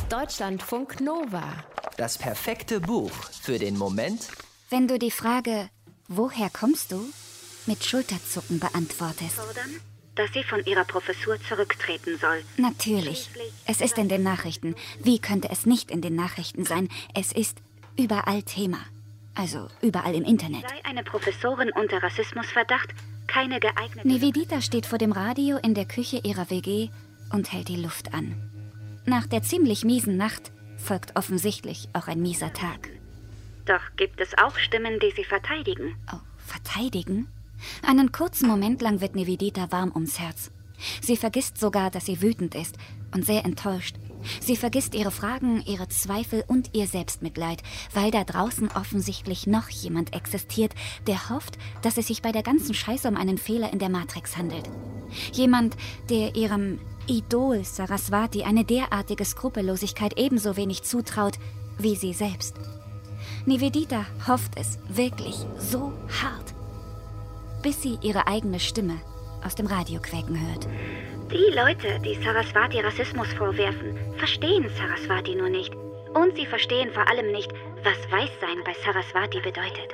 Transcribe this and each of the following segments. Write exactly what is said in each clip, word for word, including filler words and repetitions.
Deutschlandfunk Nova. Das perfekte Buch für den Moment, wenn du die Frage, woher kommst du, mit Schulterzucken beantwortest. Fordern, dass sie von ihrer Professur zurücktreten soll. Natürlich. Es ist in den Nachrichten. Wie könnte es nicht in den Nachrichten sein? Es ist überall Thema. Also überall im Internet. Sei eine Professorin unter Rassismusverdacht keine geeignete... Nivedita steht vor dem Radio in der Küche ihrer W G und hält die Luft an. Nach der ziemlich miesen Nacht folgt offensichtlich auch ein mieser Tag. Doch gibt es auch Stimmen, die sie verteidigen. Oh, verteidigen? Einen kurzen Moment lang wird Nivedita warm ums Herz. Sie vergisst sogar, dass sie wütend ist und sehr enttäuscht. Sie vergisst ihre Fragen, ihre Zweifel und ihr Selbstmitleid, weil da draußen offensichtlich noch jemand existiert, der hofft, dass es sich bei der ganzen Scheiße um einen Fehler in der Matrix handelt. Jemand, der ihrem Idol Saraswati eine derartige Skrupellosigkeit ebenso wenig zutraut wie sie selbst. Nivedita hofft es wirklich so hart, bis sie ihre eigene Stimme aus dem Radio quäken hört. Die Leute, die Saraswati Rassismus vorwerfen, verstehen Saraswati nur nicht. Und sie verstehen vor allem nicht, was Weißsein bei Saraswati bedeutet.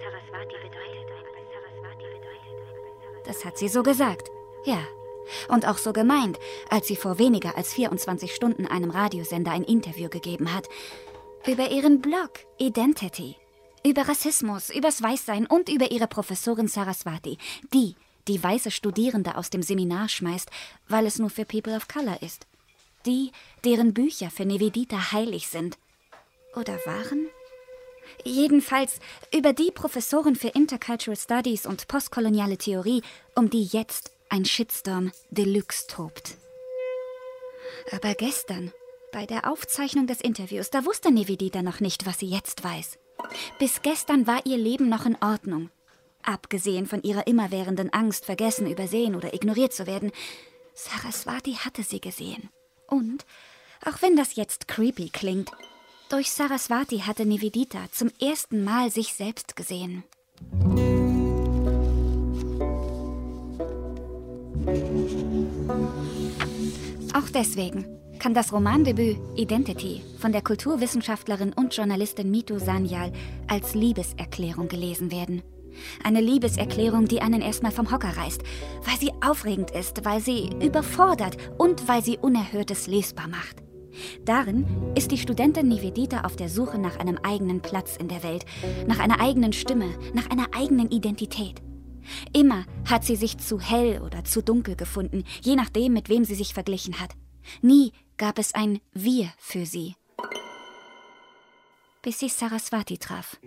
Das hat sie so gesagt, ja. Und auch so gemeint, als sie vor weniger als vierundzwanzig Stunden einem Radiosender ein Interview gegeben hat. Über ihren Blog Identity, über Rassismus, übers Weißsein und über ihre Professorin Saraswati, die die weiße Studierende aus dem Seminar schmeißt, weil es nur für People of Color ist. Die, deren Bücher für Nivedita heilig sind. Oder waren? Jedenfalls über die Professorin für Intercultural Studies und postkoloniale Theorie, um die jetzt ein Shitstorm Deluxe tobt. Aber gestern, bei der Aufzeichnung des Interviews, da wusste Nivedita noch nicht, was sie jetzt weiß. Bis gestern war ihr Leben noch in Ordnung. Abgesehen von ihrer immerwährenden Angst, vergessen, übersehen oder ignoriert zu werden. Saraswati hatte sie gesehen. Und, auch wenn das jetzt creepy klingt, durch Saraswati hatte Nivedita zum ersten Mal sich selbst gesehen. Auch deswegen kann das Romandebüt Identity von der Kulturwissenschaftlerin und Journalistin Mitu Sanyal als Liebeserklärung gelesen werden. Eine Liebeserklärung, die einen erstmal vom Hocker reißt, weil sie aufregend ist, weil sie überfordert und weil sie Unerhörtes lesbar macht. Darin ist die Studentin Nivedita auf der Suche nach einem eigenen Platz in der Welt, nach einer eigenen Stimme, nach einer eigenen Identität. Immer hat sie sich zu hell oder zu dunkel gefunden, je nachdem, mit wem sie sich verglichen hat. Nie gab es ein Wir für sie. Bis sie Saraswati traf.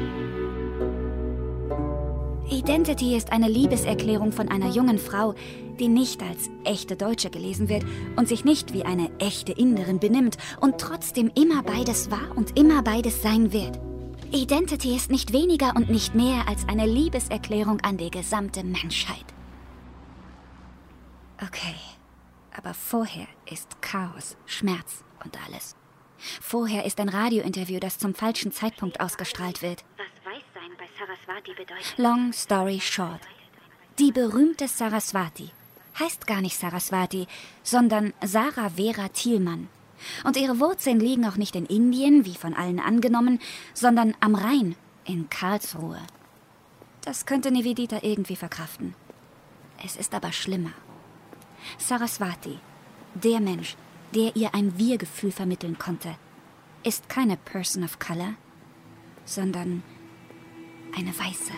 Identity ist eine Liebeserklärung von einer jungen Frau, die nicht als echte Deutsche gelesen wird und sich nicht wie eine echte Inderin benimmt und trotzdem immer beides war und immer beides sein wird. Identity ist nicht weniger und nicht mehr als eine Liebeserklärung an die gesamte Menschheit. Okay, aber vorher ist Chaos, Schmerz und alles. Vorher ist ein Radiointerview, das zum falschen Zeitpunkt ausgestrahlt wird. Was Weißsein bei Saraswati bedeutet. Long story short. Die berühmte Saraswati heißt gar nicht Saraswati, sondern Sarah Vera Thielmann. Und ihre Wurzeln liegen auch nicht in Indien, wie von allen angenommen, sondern am Rhein, in Karlsruhe. Das könnte Nivedita irgendwie verkraften. Es ist aber schlimmer. Saraswati, der Mensch, der ihr ein Wir-Gefühl vermitteln konnte, ist keine Person of Color, sondern eine Weiße.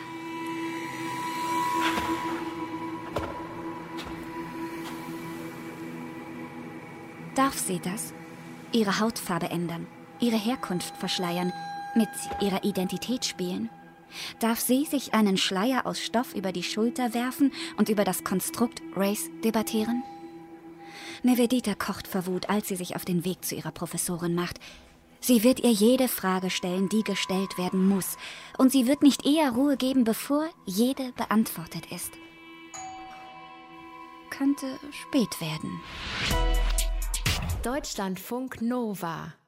Darf sie das? Ihre Hautfarbe ändern, ihre Herkunft verschleiern, mit ihrer Identität spielen? Darf sie sich einen Schleier aus Stoff über die Schulter werfen und über das Konstrukt Race debattieren? Nivedita kocht vor Wut, als sie sich auf den Weg zu ihrer Professorin macht. Sie wird ihr jede Frage stellen, die gestellt werden muss. Und sie wird nicht eher Ruhe geben, bevor jede beantwortet ist. Könnte spät werden. Deutschlandfunk Nova.